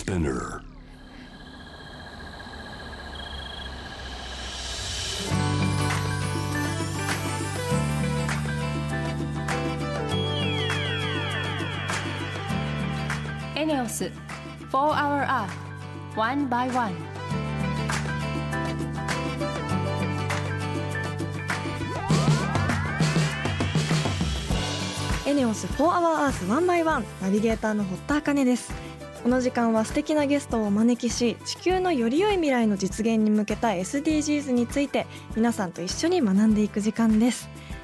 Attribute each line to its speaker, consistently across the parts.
Speaker 1: Spinner.
Speaker 2: ENEOS 4-Hour Earth One by One。
Speaker 3: エネオス 4-Hour Earth One by One ナビゲーターの堀田茜です。この時間は素敵なゲストをお招きし、地球のより良い未来の実現に向けた SDGs について皆さんと一緒に学んでいく時間です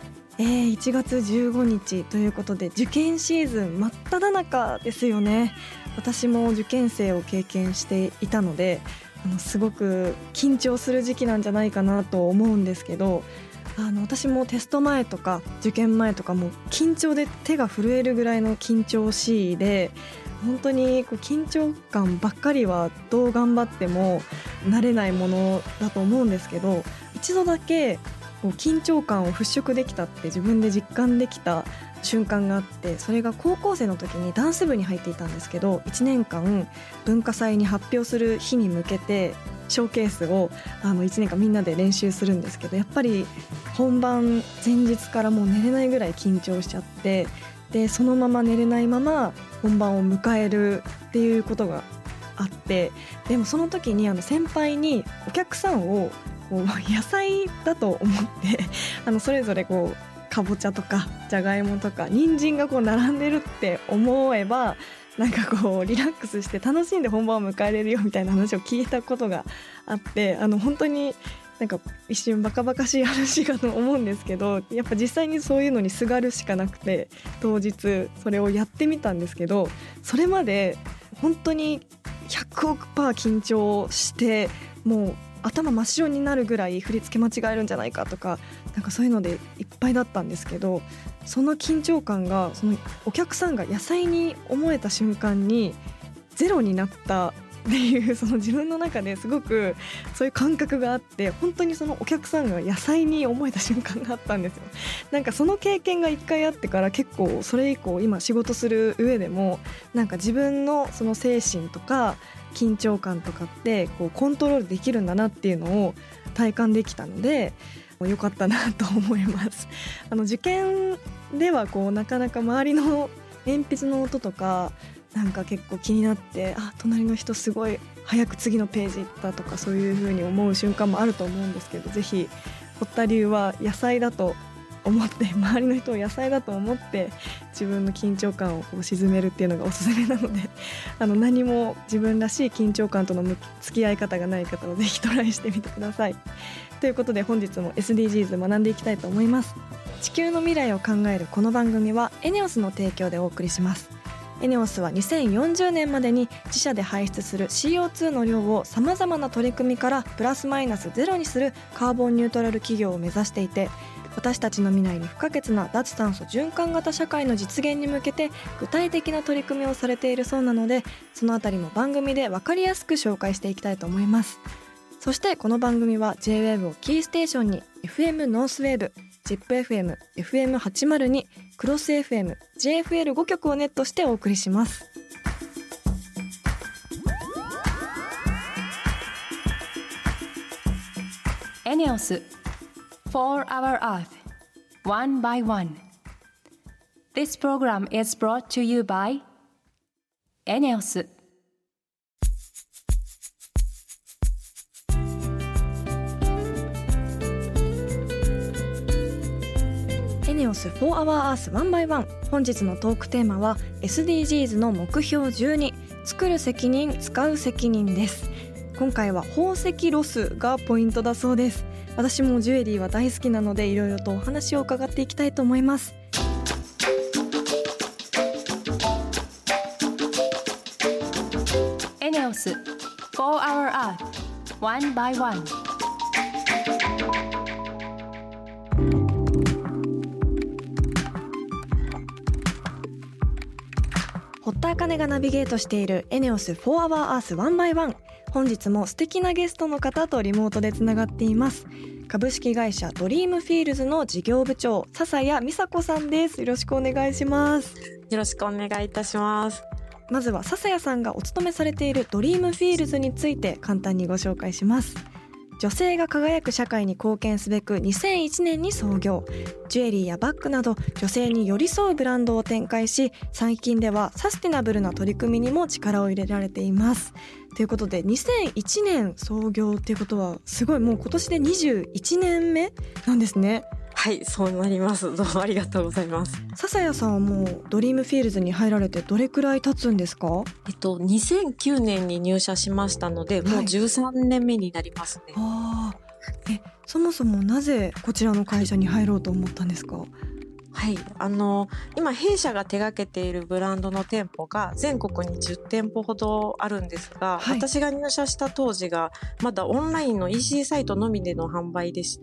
Speaker 3: 。1月15日ということで受験シーズン真っ只中ですよね。私も受験生を経験していたので、すごく緊張する時期なんじゃないかなと思うんですけど、私もテスト前とか受験前とかも緊張で手が震えるぐらいの緊張しいで、本当に緊張感ばっかりはどう頑張っても慣れないものだと思うんですけど、一度だけ緊張感を払拭できたって自分で実感できた瞬間があって、それが高校生の時にダンス部に入っていたんですけど、1年間文化祭に発表する日に向けてショーケースを1年間みんなで練習するんですけど、やっぱり本番前日からもう寝れないぐらい緊張しちゃって、でそのまま寝れないまま本番を迎えるっていうことがあって、でもその時に先輩にお客さんを野菜だと思ってそれぞれかぼちゃとかじゃがいもとか人参が並んでるって思えば、なんかリラックスして楽しんで本番を迎えれるよみたいな話を聞いたことがあって、本当になんか一瞬バカバカしい話かと思うんですけど、やっぱ実際にそういうのにすがるしかなくて、当日それをやってみたんですけど、それまで本当に100億%緊張して、もう頭真っ白になるぐらい振り付け間違えるんじゃないかとか、なんかそういうのでいっぱいだったんですけど、その緊張感がそのお客さんが野菜に思えた瞬間にゼロになったっていう、その自分の中ですごくそういう感覚があって、本当にそのお客さんが野菜に思えた瞬間があったんですよ。なんかその経験が一回あってから、結構それ以降今仕事する上でもなんか自分のその精神とか緊張感とかってコントロールできるんだなっていうのを体感できたので良かったなと思います。受験ではなかなか周りの鉛筆の音とかなんか結構気になって、隣の人すごい早く次のページ行ったとか、そういう風に思う瞬間もあると思うんですけど、ぜひ堀田流は野菜だと思って、周りの人を野菜だと思って自分の緊張感を鎮めるっていうのがおすすめなので、何も自分らしい緊張感との付き合い方がない方はぜひトライしてみてください。ということで本日も SDGs 学んでいきたいと思います。地球の未来を考えるこの番組はエネオスの提供でお送りします。エネオスは2040年までに自社で排出する CO2 の量をさまざまな取り組みからプラスマイナスゼロにするカーボンニュートラル企業を目指していて、私たちの未来に不可欠な脱炭素循環型社会の実現に向けて具体的な取り組みをされているそうなので、そのあたりも番組で分かりやすく紹介していきたいと思います。そしてこの番組は J-WAVE をキーステーションに FM ノースウェーブ、ZIPFM、FM802、クロス FM、JFL5 曲をネットしてお送りします。
Speaker 2: ENEOS 4-Hour Earth One by One。 This program is brought to you by ENEOS。
Speaker 3: エネオス 4-Hour Earth One by One。 本日のトークテーマは SDGs の目標12、作る責任使う責任です。今回は宝石ロスがポイントだそうです。私もジュエリーは大好きなので、いろいろとお話を伺っていきたいと思います。
Speaker 2: ENEOS 4-Hour Earth One by One。
Speaker 3: 堀田茜がナビゲートしているエネオス 4-Hour Earth One by One。本日も素敵なゲストの方とリモートでつながっています。株式会社ドリームフィールズの事業部長、笹谷美佐子さんです。よろしくお願いします。
Speaker 4: よろしくお願いいたします。
Speaker 3: まずは笹谷さんがお勤めされているドリームフィールズについて簡単にご紹介します。女性が輝く社会に貢献すべく2001年に創業。ジュエリーやバッグなど女性に寄り添うブランドを展開し、最近ではサスティナブルな取り組みにも力を入れられています。ということで2001年創業っていうことはすごい、もう今年で21年目なんですね。
Speaker 1: はい、そうなります。どうもありがとうございます。
Speaker 3: 笹谷さんはもうドリームフィールズに入られてどれくらい経つんですか
Speaker 1: ？2009年に入社しましたので、もう13年目になりますね。
Speaker 3: そもそもなぜこちらの会社に入ろうと思ったんですか？
Speaker 1: はい、今弊社が手掛けているブランドの店舗が全国に10店舗ほどあるんですが、私が入社した当時がまだオンラインの EC サイトのみでの販売でして、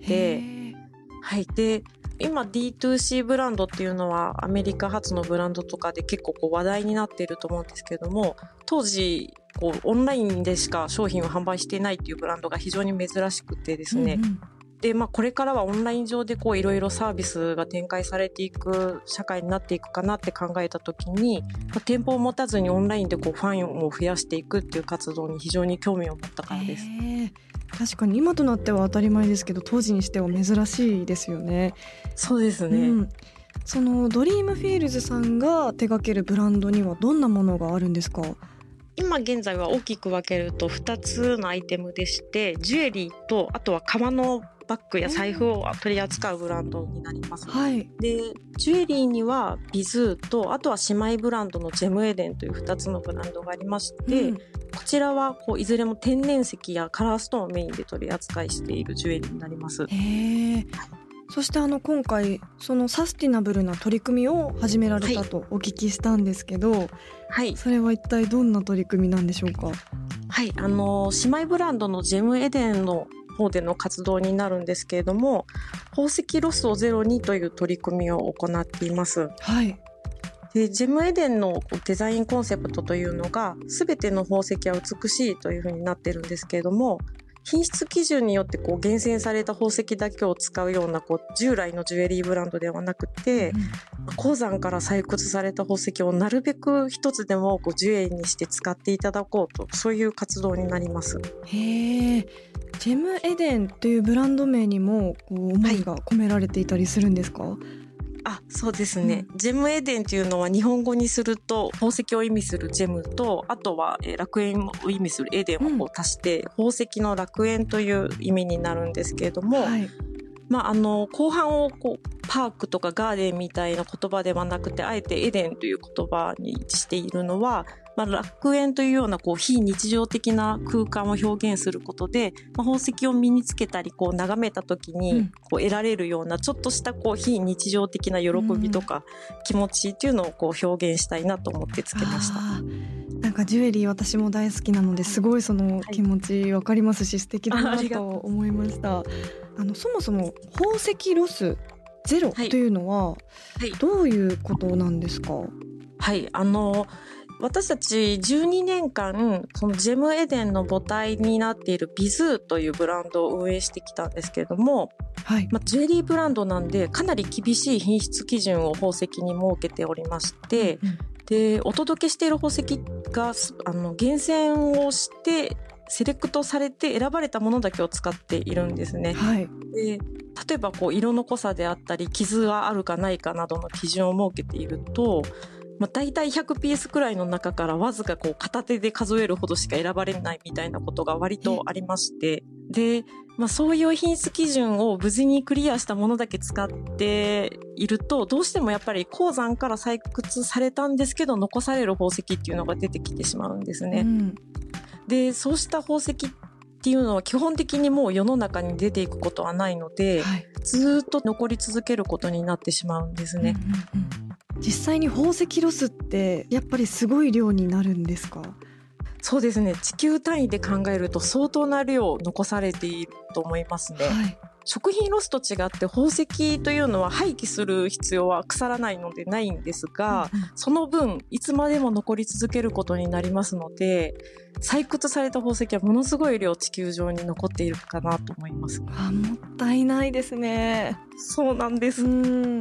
Speaker 1: はい、で今 D2C ブランドっていうのはアメリカ発のブランドとかで結構話題になっていると思うんですけれども、当時オンラインでしか商品を販売していないっていうブランドが非常に珍しくてですね、でこれからはオンライン上でいろいろサービスが展開されていく社会になっていくかなって考えた時に、店舗を持たずにオンラインでファンを増やしていくっていう活動に非常に興味を持ったからです。
Speaker 3: 確かに今となっては当たり前ですけど、当時にしては珍しいですよね。
Speaker 1: そうですね、
Speaker 3: そのドリームフィールズさんが手掛けるブランドにはどんなものがあるんですか？
Speaker 1: 今現在は大きく分けると2つのアイテムでして、ジュエリーとあとは革のバッグや財布を取り扱うブランドになります。でジュエリーにはビズーと、あとは姉妹ブランドのジェムエデンという2つのブランドがありまして、こちらはいずれも天然石やカラーストーンをメインで取り扱いしているジュエリーになります。
Speaker 3: そして今回そのサスティナブルな取り組みを始められたとお聞きしたんですけど、それは一体どんな取り組みなんでしょうか？
Speaker 1: 姉妹ブランドのジェムエデンの方での活動になるんですけれども、宝石ロスをゼロにという取り組みを行っています。でジェムエデンのデザインコンセプトというのが、全ての宝石は美しいというふうになっているんですけれども、品質基準によって厳選された宝石だけを使うような従来のジュエリーブランドではなくて、鉱山から採掘された宝石をなるべく一つでもジュエリーにして使っていただこうと、そういう活動になります。
Speaker 3: ジェムエデンというブランド名にも思いが込められていたりするんですか？
Speaker 1: そうですね、ジェムエデンというのは日本語にすると宝石を意味するジェムと、あとは楽園を意味するエデンを足して、宝石の楽園という意味になるんですけれども、後半をパークとかガーデンみたいな言葉ではなくて、あえてエデンという言葉にしているのは、楽園というような非日常的な空間を表現することで、宝石を身につけたり眺めた時に得られるようなちょっとした非日常的な喜びとか気持ちっていうのを表現したいなと思ってつけました。
Speaker 3: なんかジュエリー私も大好きなので、すごいその気持ちわかりますし、素敵だなと思いました。そもそも宝石ロスゼロというのはどういうことなんですか？
Speaker 1: 私たち12年間そのジェムエデンの母体になっているビズーというブランドを運営してきたんですけれども、ジュエリーブランドなんでかなり厳しい品質基準を宝石に設けておりまして、でお届けしている宝石が厳選をしてセレクトされて選ばれたものだけを使っているんですね。で例えば色の濃さであったり傷があるかないかなどの基準を設けていると、だいたい100ピースくらいの中からわずか片手で数えるほどしか選ばれないみたいなことが割とありまして、で、そういう品質基準を無事にクリアしたものだけ使っていると、どうしてもやっぱり鉱山から採掘されたんですけど残される宝石っていうのが出てきてしまうんですね。でそうした宝石っていうのは基本的にもう世の中に出ていくことはないので、ずっと残り続けることになってしまうんですね。
Speaker 3: 実際に宝石ロスってやっぱりすごい量になるんですか？
Speaker 1: そうですね、地球単位で考えると相当な量残されていると思いますね。食品ロスと違って宝石というのは廃棄する必要は腐らないのでないんですが、その分いつまでも残り続けることになりますので、採掘された宝石はものすごい量地球上に残っているかなと思います。
Speaker 3: もったいないですね。
Speaker 1: そうなんです。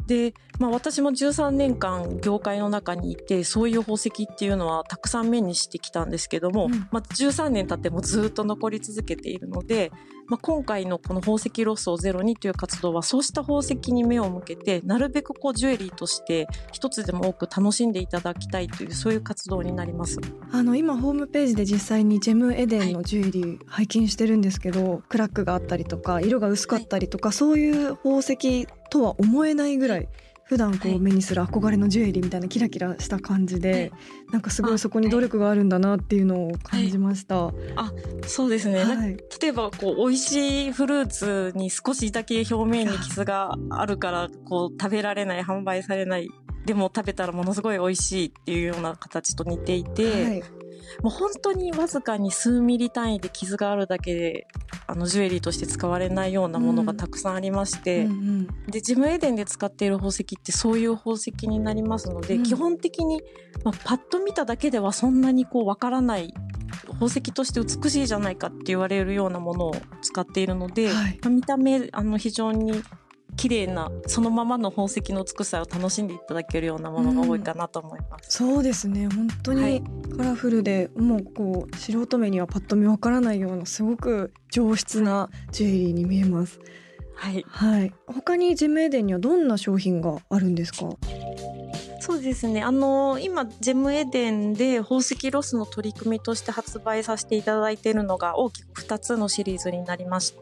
Speaker 1: で、私も13年間業界の中にいて、そういう宝石っていうのはたくさん目にしてきたんですけども、13年経ってもずっと残り続けているので、今回のこの宝石ロスをゼロにという活動は、そうした宝石に目を向けて、なるべくジュエリーとして一つでも多く楽しんでいただきたいという、そういう活動になります。
Speaker 3: 今ホームページで実際にジェムエデンのジュエリー拝見してるんですけど、クラックがあったりとか色が薄かったりとか、そういう宝石とは思えないぐらい普段目にする憧れのジュエリーみたいなキラキラした感じで、なんかすごいそこに努力があるんだなっていうのを感じました。
Speaker 1: そうですね、例えば美味しいフルーツに少しだけ表面に傷があるから食べられない、販売されない、でも食べたらものすごい美味しいっていうような形と似ていて、もう本当にわずかに数ミリ単位で傷があるだけでジュエリーとして使われないようなものがたくさんありまして、でジェムエデンで使っている宝石ってそういう宝石になりますので、基本的に、パッと見ただけではそんなにわからない、宝石として美しいじゃないかって言われるようなものを使っているので、見た目非常に綺麗なそのままの宝石の美しさを楽しんでいただけるようなものが多いかなと思います。
Speaker 3: そうですね、本当にカラフルで、もう素人目にはパッと見わからないようなすごく上質なジュエリーに見えます。他にジェムエデンにはどんな商品があるんですか？
Speaker 1: そうですね、今ジェムエデンで宝石ロスの取り組みとして発売させていただいているのが大きく2つのシリーズになりまして、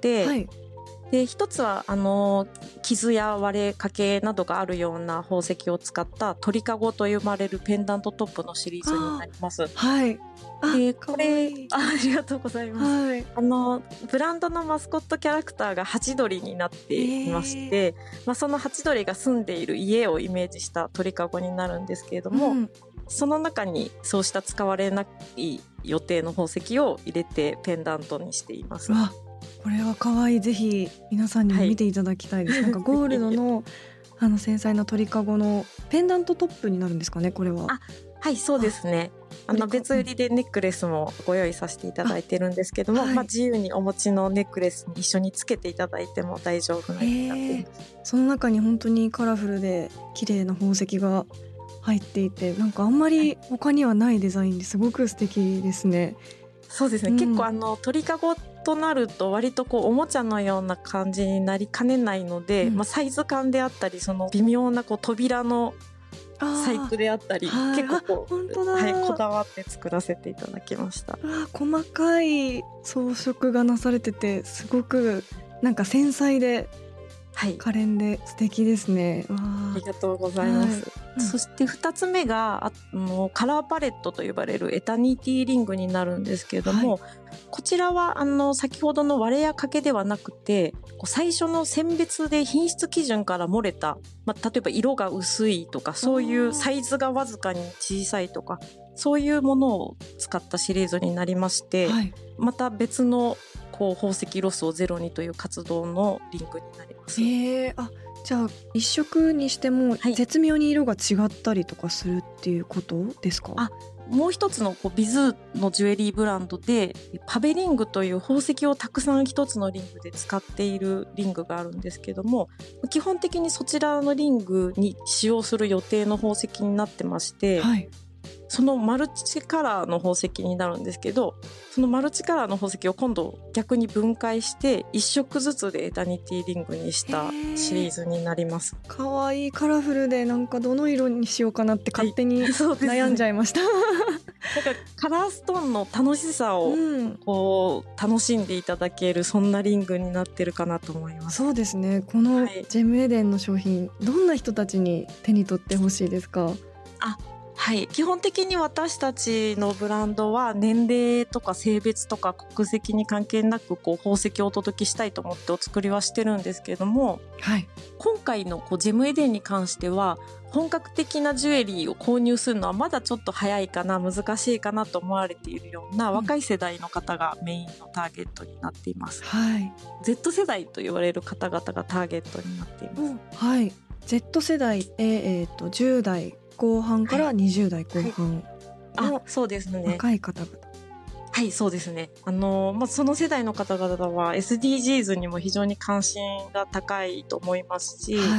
Speaker 1: で一つは傷や割れかけなどがあるような宝石を使った鳥かごと呼ばれるペンダントトップのシリーズになります。でこれありがとうございます、ブランドのマスコットキャラクターがハチドリになっていまして、そのハチドリが住んでいる家をイメージした鳥かごになるんですけれども、その中にそうした使われない予定の宝石を入れてペンダントにしています。
Speaker 3: これは可愛い。ぜひ皆さんにも見ていただきたいです、なんかゴールドの繊細な鳥かごのペンダントトップになるんですかね、これは。
Speaker 1: そうですね、別売りでネックレスもご用意させていただいてるんですけども、自由にお持ちのネックレスに一緒につけていただいても大丈夫なようになっています。
Speaker 3: その中に本当にカラフルで綺麗な宝石が入っていて、なんかあんまり他にはないデザインですごく素敵ですね。
Speaker 1: そうですね、結構鳥かごとなると割とおもちゃのような感じになりかねないので、サイズ感であったり、その微妙な扉の細工であったり、結構こだわって作らせていただきました。
Speaker 3: 細かい装飾がなされてて、すごくなんか繊細で可憐で素敵ですね。
Speaker 1: ありがとうございます、そして2つ目がカラーパレットと呼ばれるエタニティリングになるんですけれども、こちらは先ほどの割れや欠けではなくて、最初の選別で品質基準から漏れた、例えば色が薄いとか、そういうサイズがわずかに小さいとか、そういうものを使ったシリーズになりまして、また別の宝石ロスをゼロにという活動のリンクになります。
Speaker 3: じゃあ一色にしても絶妙に色が違ったりとかするっていうことですか？
Speaker 1: もう一つのビズーのジュエリーブランドでパベリングという宝石をたくさん一つのリングで使っているリングがあるんですけども、基本的にそちらのリングに使用する予定の宝石になってまして、そのマルチカラーの宝石になるんですけど、そのマルチカラーの宝石を今度逆に分解して1色ずつでエタニティリングにしたシリーズになります。
Speaker 3: かわいい、カラフルで、なんかどの色にしようかなって勝手に悩んじゃいました、
Speaker 1: なんかカラーストーンの楽しさを楽しんでいただける、そんなリングになってるかなと思います。
Speaker 3: そうですね。このジェムエデンの商品、どんな人たちに手に取ってほしいですか？
Speaker 1: 基本的に私たちのブランドは年齢とか性別とか国籍に関係なく宝石をお届けしたいと思ってお作りはしてるんですけれども、今回のジェムエデンに関しては本格的なジュエリーを購入するのはまだちょっと早いかな、難しいかなと思われているような若い世代の方がメインのターゲットになっています、Z 世代と言われる方々がターゲットになっています、
Speaker 3: Z 世代、10代後半から20代後半の
Speaker 1: そうですね、
Speaker 3: 若い方々。
Speaker 1: そうですね。その世代の方々は SDGs にも非常に関心が高いと思いますし、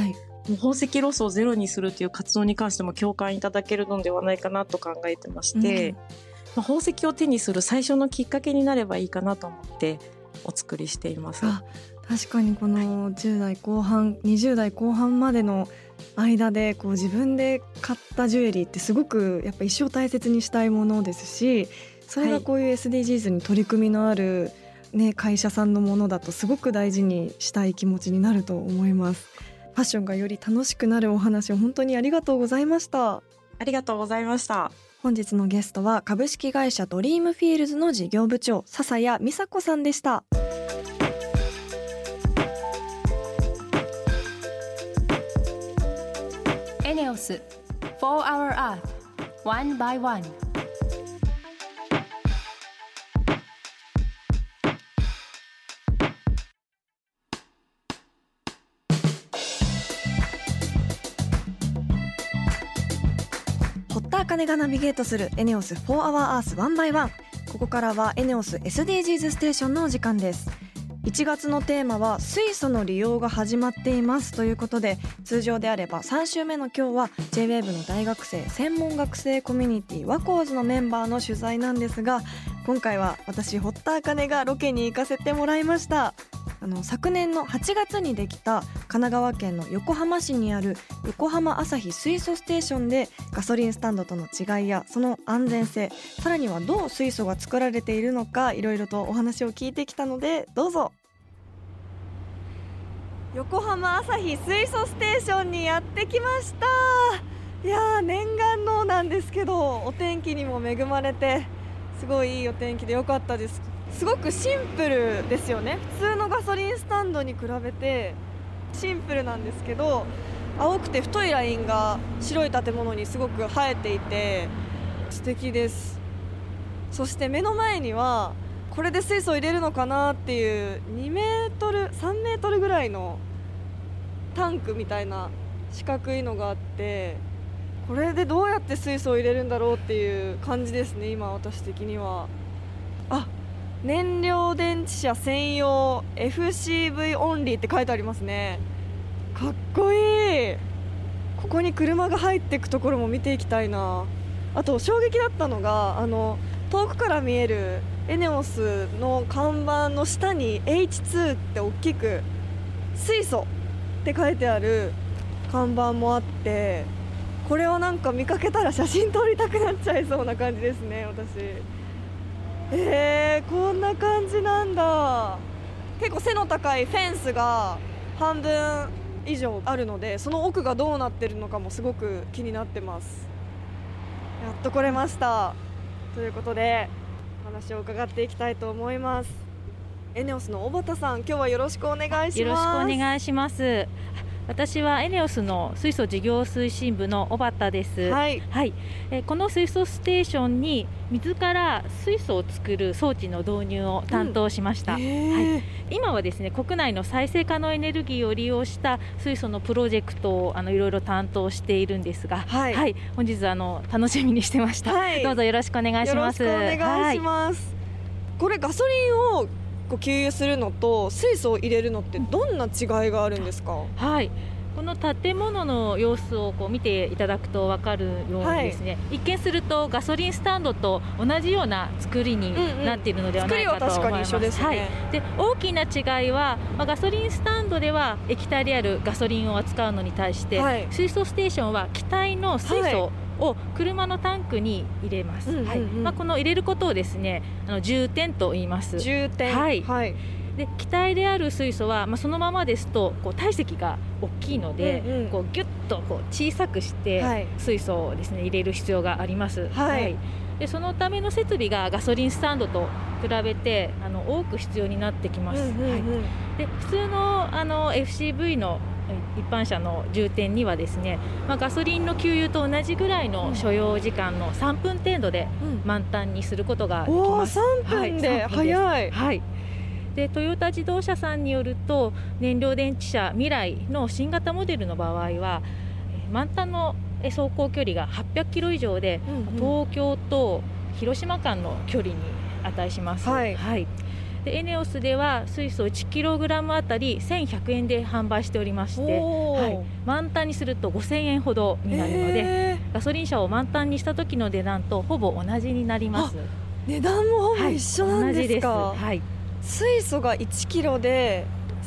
Speaker 1: 宝石ロスをゼロにするという活動に関しても共感いただけるのではないかなと考えてまして、宝石を手にする最初のきっかけになればいいかなと思ってお作りしています。
Speaker 3: 確かにこの10代後半20代後半までの間で自分で買ったジュエリーってすごくやっぱ一生大切にしたいものですし、それがこういう SDGs に取り組みのある、会社さんのものだとすごく大事にしたい気持ちになると思います。ファッションがより楽しくなるお話を本当にありがとうございました。
Speaker 1: ありがとうございました。
Speaker 3: 本日のゲストは株式会社ドリームフィールズの事業部長笹谷美佐子さんでした。
Speaker 2: エネオス For Our Earth One by One。
Speaker 3: 堀田茜がナビゲートするエネオス For Our Earth One by One。ここからはエネオス SDGs ステーションのお時間です。1月のテーマは水素の利用が始まっていますということで、通常であれば3週目の今日は JWAVE の大学生専門学生コミュニティワコーズのメンバーの取材なんですが、今回は私堀田茜がロケに行かせてもらいました。昨年の8月にできた神奈川県の横浜市にある横浜朝日水素ステーションでガソリンスタンドとの違いやその安全性、さらにはどう水素が作られているのか、いろいろとお話を聞いてきたのでどうぞ。横浜朝日水素ステーションにやってきました。いやー、念願のなんですけど、お天気にも恵まれてすごいいいお天気で良かったです。すごくシンプルですよね。普通のガソリンスタンドに比べてシンプルなんですけど、青くて太いラインが白い建物にすごく生えていて素敵です。そして目の前にはこれで水素を入れるのかなっていう2メートル3メートルぐらいのタンクみたいな四角いのがあって、これでどうやって水素を入れるんだろうっていう感じですね、今私的には。燃料電池車専用 FCV オンリーって書いてありますね。かっこいい。ここに車が入っていくところも見ていきたいな。あと衝撃だったのが遠くから見えるエネオスの看板の下に H2 って大きく水素って書いてある看板もあって、これはなんか見かけたら写真撮りたくなっちゃいそうな感じですね、私。こんな感じなんだ。結構背の高いフェンスが半分以上あるので、その奥がどうなってるのかもすごく気になってます。やっと来れましたということで、お話を伺っていきたいと思います。エネオスの小畑さん、今日はよろしくお願いします。
Speaker 4: よろしくお願いします。私はエネオスの水素事業推進部の小畑です。この水素ステーションに水から水素を作る装置の導入を担当しました。今はですね、国内の再生可能エネルギーを利用した水素のプロジェクトをいろいろ担当しているんですが、本日楽しみにしてました。どうぞよろしくお願いします。
Speaker 3: よろしくお願いします。これガソリンを給油するのと水素を入れるのってどんな違いがあるんですか？
Speaker 4: この建物の様子を見ていただくと分かるようにですね、一見するとガソリンスタンドと同じような作りになっているのではないかと思います。
Speaker 3: 作りは確かに一緒ですね。
Speaker 4: で、大きな違いは、ガソリンスタンドでは液体であるガソリンを扱うのに対して、水素ステーションは気体の水素を車のタンクに入れます。この入れることをですね、充填と言います。
Speaker 3: 充填。
Speaker 4: で、気体である水素は、そのままですと体積が大きいので、ギュッと小さくして水素をですね入れる必要があります。で、そのための設備がガソリンスタンドと比べて多く必要になってきます。で、普通のFCV の一般車の充填にはですね、ガソリンの給油と同じぐらいの所要時間の3分程度で満タンにすることができます。
Speaker 3: 3分で、早い。
Speaker 4: で、トヨタ自動車さんによると、燃料電池車ミライの新型モデルの場合は満タンの走行距離が800キロ以上で、東京と広島間の距離に値します。 でエネオスでは水素 1kg あたり1100円で販売しておりまして、はい、満タンにすると5000円ほどになるので、ガソリン車を満タンにした時の値段とほぼ同じになります。
Speaker 3: 値段もほぼ一緒なんですか？
Speaker 4: はい、同じです。はい、
Speaker 3: 水素が 1kg で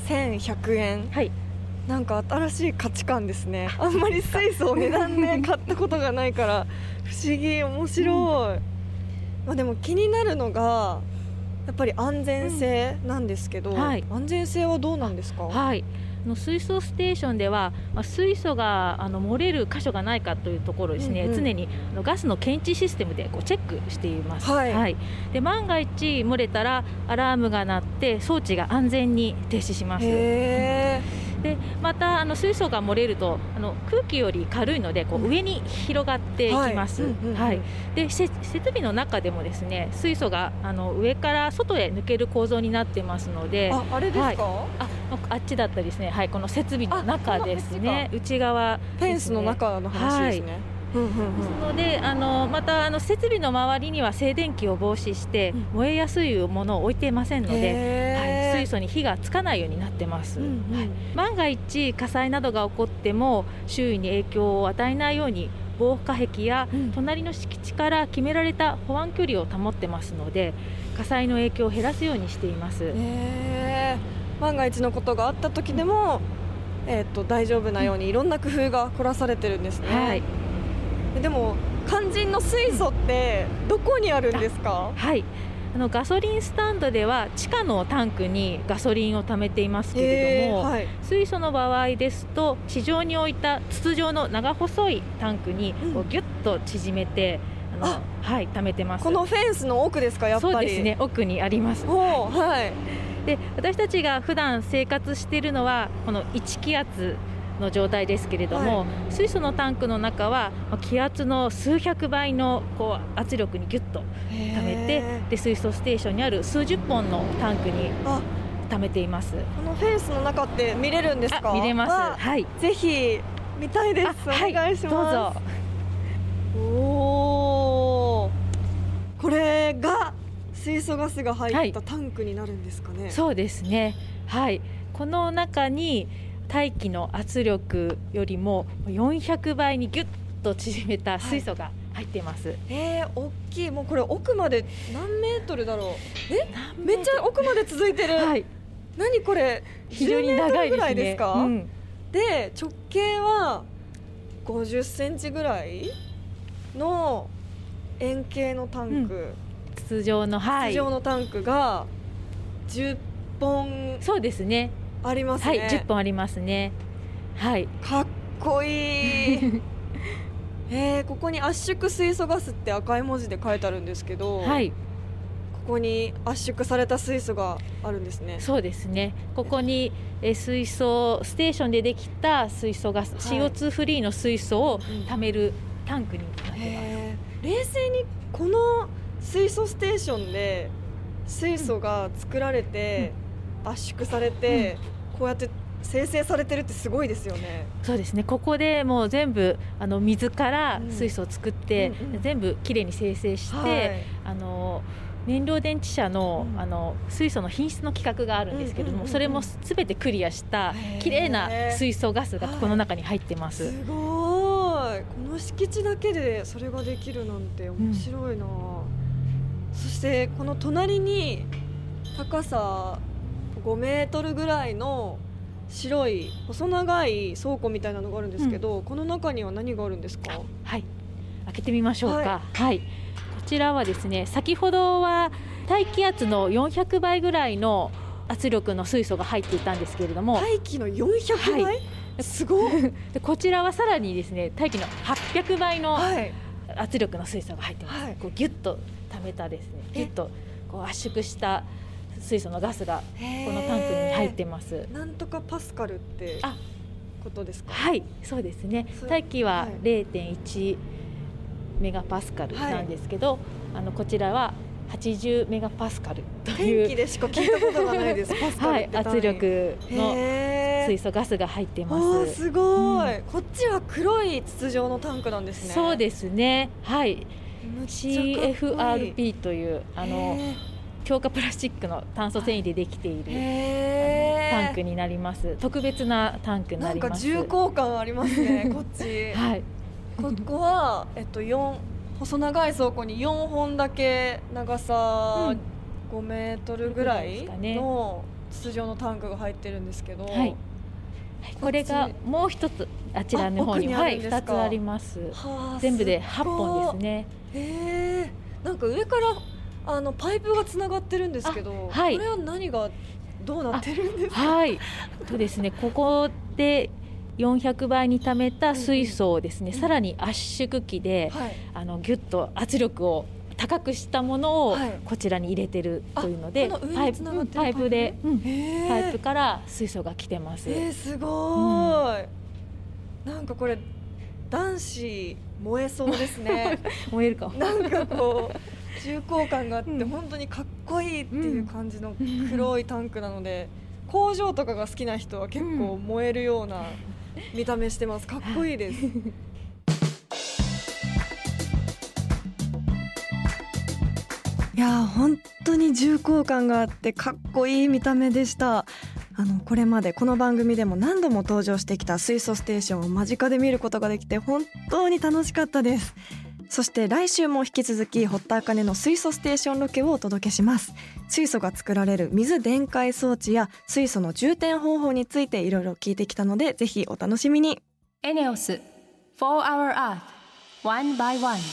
Speaker 3: 1100円、はい、なんか新しい価値観ですね。あんまり水素を値段で買ったことがないから不思議、面白い、まあ、でも気になるのがやっぱり安全性なんですけど、はい、安全性はどうなんですか？
Speaker 4: はい、水素ステーションでは、水素が漏れる箇所がないかというところですね、常にガスの検知システムでチェックしています。はいはい、で万が一漏れたらアラームが鳴って装置が安全に停止します。でまた水素が漏れると空気より軽いので上に広がっていきます。で設備の中でもですね、水素が上から外へ抜ける構造になってますので、
Speaker 3: あれですか？はい、
Speaker 4: あっちだったりですね、はい、この設備の中ですね、内側ですね、
Speaker 3: フェンスの中の話ですね。
Speaker 4: ですのでまた設備の周りには静電気を防止して燃えやすいものを置いていませんので、水素に火がつかないようになってます。万が一火災などが起こっても周囲に影響を与えないように防火壁や隣の敷地から決められた保安距離を保ってますので、火災の影響を減らすようにしています。
Speaker 3: 万が一のことがあった時でも、大丈夫なようにいろんな工夫が凝らされてるんですね。はい、でも肝心の水素ってどこにあるんですか？
Speaker 4: はい、ガソリンスタンドでは地下のタンクにガソリンを貯めていますけれども、はい、水素の場合ですと地上に置いた筒状の長細いタンクにギュッと縮めて、はい、貯めてます。
Speaker 3: このフェンスの奥ですか？やっぱり
Speaker 4: そうですね、奥にあります。
Speaker 3: はい、
Speaker 4: で私たちが普段生活しているのはこの1気圧の状態ですけれども、水素のタンクの中は気圧の数百倍の圧力にギュッと溜めて、で水素ステーションにある数十本のタンクに溜めています。
Speaker 3: このフェンスの中って見れるんですか？
Speaker 4: 見れます。はい、
Speaker 3: ぜひ見たいです。お願いします。
Speaker 4: どうぞ。
Speaker 3: これが水素ガスが入ったタンクになるんですかね？
Speaker 4: そうですね。はい、この中に大気の圧力よりも400倍にギュッと縮めた水素が入っています。
Speaker 3: 大きい。もうこれ奥まで何メートルだろう？めっちゃ奥まで続いてる。はい、何これ？
Speaker 4: 非常に長いですね。10メートルぐらいですか？
Speaker 3: で直径は50センチぐらいの円形のタンク、
Speaker 4: 筒状のタ
Speaker 3: ンクが10本。
Speaker 4: そうですね、
Speaker 3: ありますね。
Speaker 4: はい、10本ありますね。はい、
Speaker 3: かっこいいここに圧縮水素ガスって赤い文字で書いてあるんですけど、はい、ここに圧縮された水素があるんですね。
Speaker 4: そうですね、ここに水素ステーションでできた水素ガス、CO2 フリーの水素を貯めるタンクになってます。
Speaker 3: 冷静にこの水素ステーションで水素が作られて、圧縮されて、こうやって生成されてるってすごいですよね。
Speaker 4: そうですね、ここでもう全部水から水素を作って、全部きれいに生成して、燃料電池車の、水素の品質の規格があるんですけれども、それも全てクリアしたきれいな水素ガスがここの中に入ってます。
Speaker 3: すごい。この敷地だけでそれができるなんて面白いな。そしてこの隣に高さ5メートルぐらいの白い細長い倉庫みたいなのがあるんですけど、この中には何があるんですか？
Speaker 4: はい、開けてみましょうか。はい、こちらはですね、先ほどは大気圧の400倍ぐらいの圧力の水素が入っていたんですけれども、
Speaker 3: 大気の400倍、はい、すごい
Speaker 4: でこちらはさらにですね、大気の800倍の圧力の水素が入ってます。こうギュッと溜めたですね、ギュッとこう圧縮した水素のガスがこのタンクに入ってます。
Speaker 3: なんとかパスカルってことですか？
Speaker 4: はい、そうですね。大気は 0.1 メガパスカルなんですけど、こちらは80メガパスカルという
Speaker 3: 天気でしか聞いたことがないです。パスカルって
Speaker 4: 圧力の水素ガスが入っています。
Speaker 3: すごい、こっちは黒い筒状のタンクなんですね。
Speaker 4: そうですね、はい、CFRP という強化プラスチックの炭素繊維でできている、タンクになります。特別なタンクになります。
Speaker 3: なんか重厚感ありますねこっち、はい、ここは、細長い倉庫に4本だけ長さ5メートルぐらいの筒状のタンクが入ってるんですけど、はい、
Speaker 4: これがもう一つあちらの方に2つあります。全部で8本ですね。
Speaker 3: なんか上からパイプがつながってるんですけど、はい、これは何がどうなってるんですか？はい
Speaker 4: とですね、ここで400倍に溜めた水素をですね、さらに圧縮機で、ギュッと圧力を高くしたものをこちらに入れてるというので、パイプで、パイプから水素が来てます。
Speaker 3: すごい、なんかこれ男子燃えそうですね
Speaker 4: 燃えるか
Speaker 3: なんかこう重厚感があって、本当にかっこいいっていう感じの黒いタンクなので、工場とかが好きな人は結構燃えるような見た目してます。かっこいいですいや本当に重厚感があってかっこいい見た目でした。これまでこの番組でも何度も登場してきた水素ステーションを間近で見ることができて本当に楽しかったです。そして来週も引き続き堀田茜の水素ステーションロケをお届けします。水素が作られる水電解装置や水素の充填方法についていろいろ聞いてきたので、ぜひお楽しみに。
Speaker 2: エネオス For Our Earth One by One。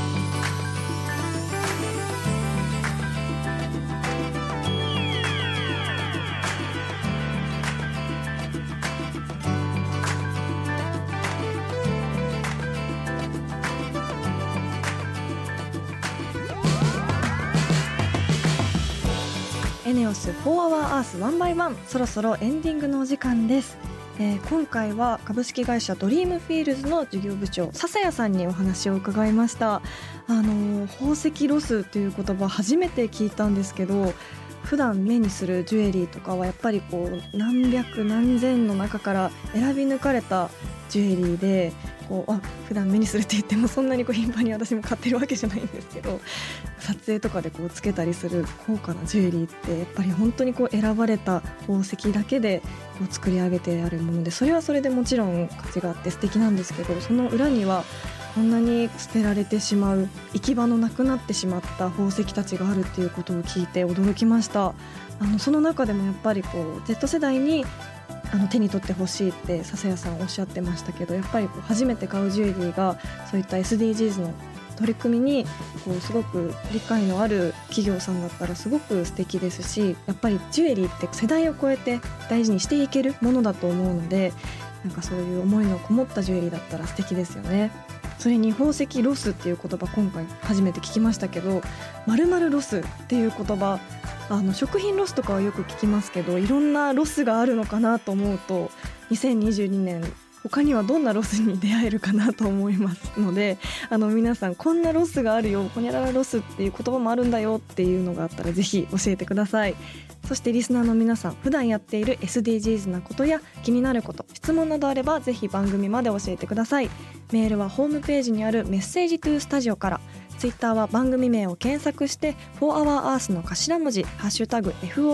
Speaker 3: エネオス For Our Earth One by One、 そろそろエンディングのお時間です。今回は株式会社ドリームフィールズの事業部長笹谷さんにお話を伺いました。宝石ロスという言葉初めて聞いたんですけど、普段目にするジュエリーとかはやっぱりこう何百何千の中から選び抜かれたジュエリーで、普段目にするって言ってもそんなに頻繁に私も買ってるわけじゃないんですけど、撮影とかでつけたりする高価なジュエリーってやっぱり本当に選ばれた宝石だけで作り上げてあるもので、それはそれでもちろん価値があって素敵なんですけど、その裏にはこんなに捨てられてしまう行き場のなくなってしまった宝石たちがあるっていうことを聞いて驚きました。その中でもやっぱりZ 世代に手に取ってほしいって笹谷さんおっしゃってましたけど、やっぱり初めて買うジュエリーがそういった SDGs の取り組みにすごく理解のある企業さんだったらすごく素敵ですし、やっぱりジュエリーって世代を超えて大事にしていけるものだと思うので、なんかそういう思いのこもったジュエリーだったら素敵ですよね。それに宝石ロスっていう言葉今回初めて聞きましたけど、〇〇ロスっていう言葉、食品ロスとかはよく聞きますけど、いろんなロスがあるのかなと思うと、2022年他にはどんなロスに出会えるかなと思いますので、皆さんこんなロスがあるよ、ホニャララロスっていう言葉もあるんだよっていうのがあったらぜひ教えてください。そしてリスナーの皆さん、普段やっている SDGs なことや気になること、質問などあればぜひ番組まで教えてください。メールはホームページにあるメッセージトゥースタジオから、ツイッターは番組名を検索してFor Our Earthの頭文字ハッシュタグ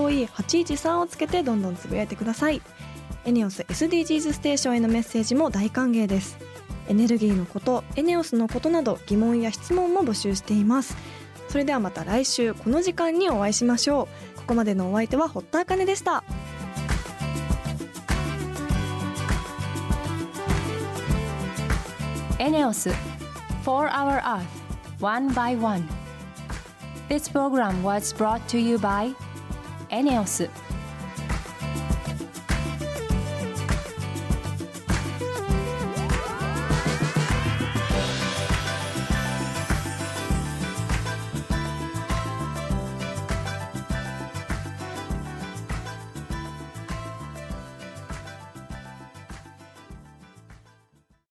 Speaker 3: FOE813 をつけてどんどんつぶやいてください。エネオス SDGs ステーションへのメッセージも大歓迎です。エネルギーのこと、エネオスのことなど疑問や質問も募集しています。それではまた来週この時間にお会いしましょう。ここまでのお相手は堀田茜でした。
Speaker 2: エネオス For Our Earth One by One。 This program was brought to you by エネオス。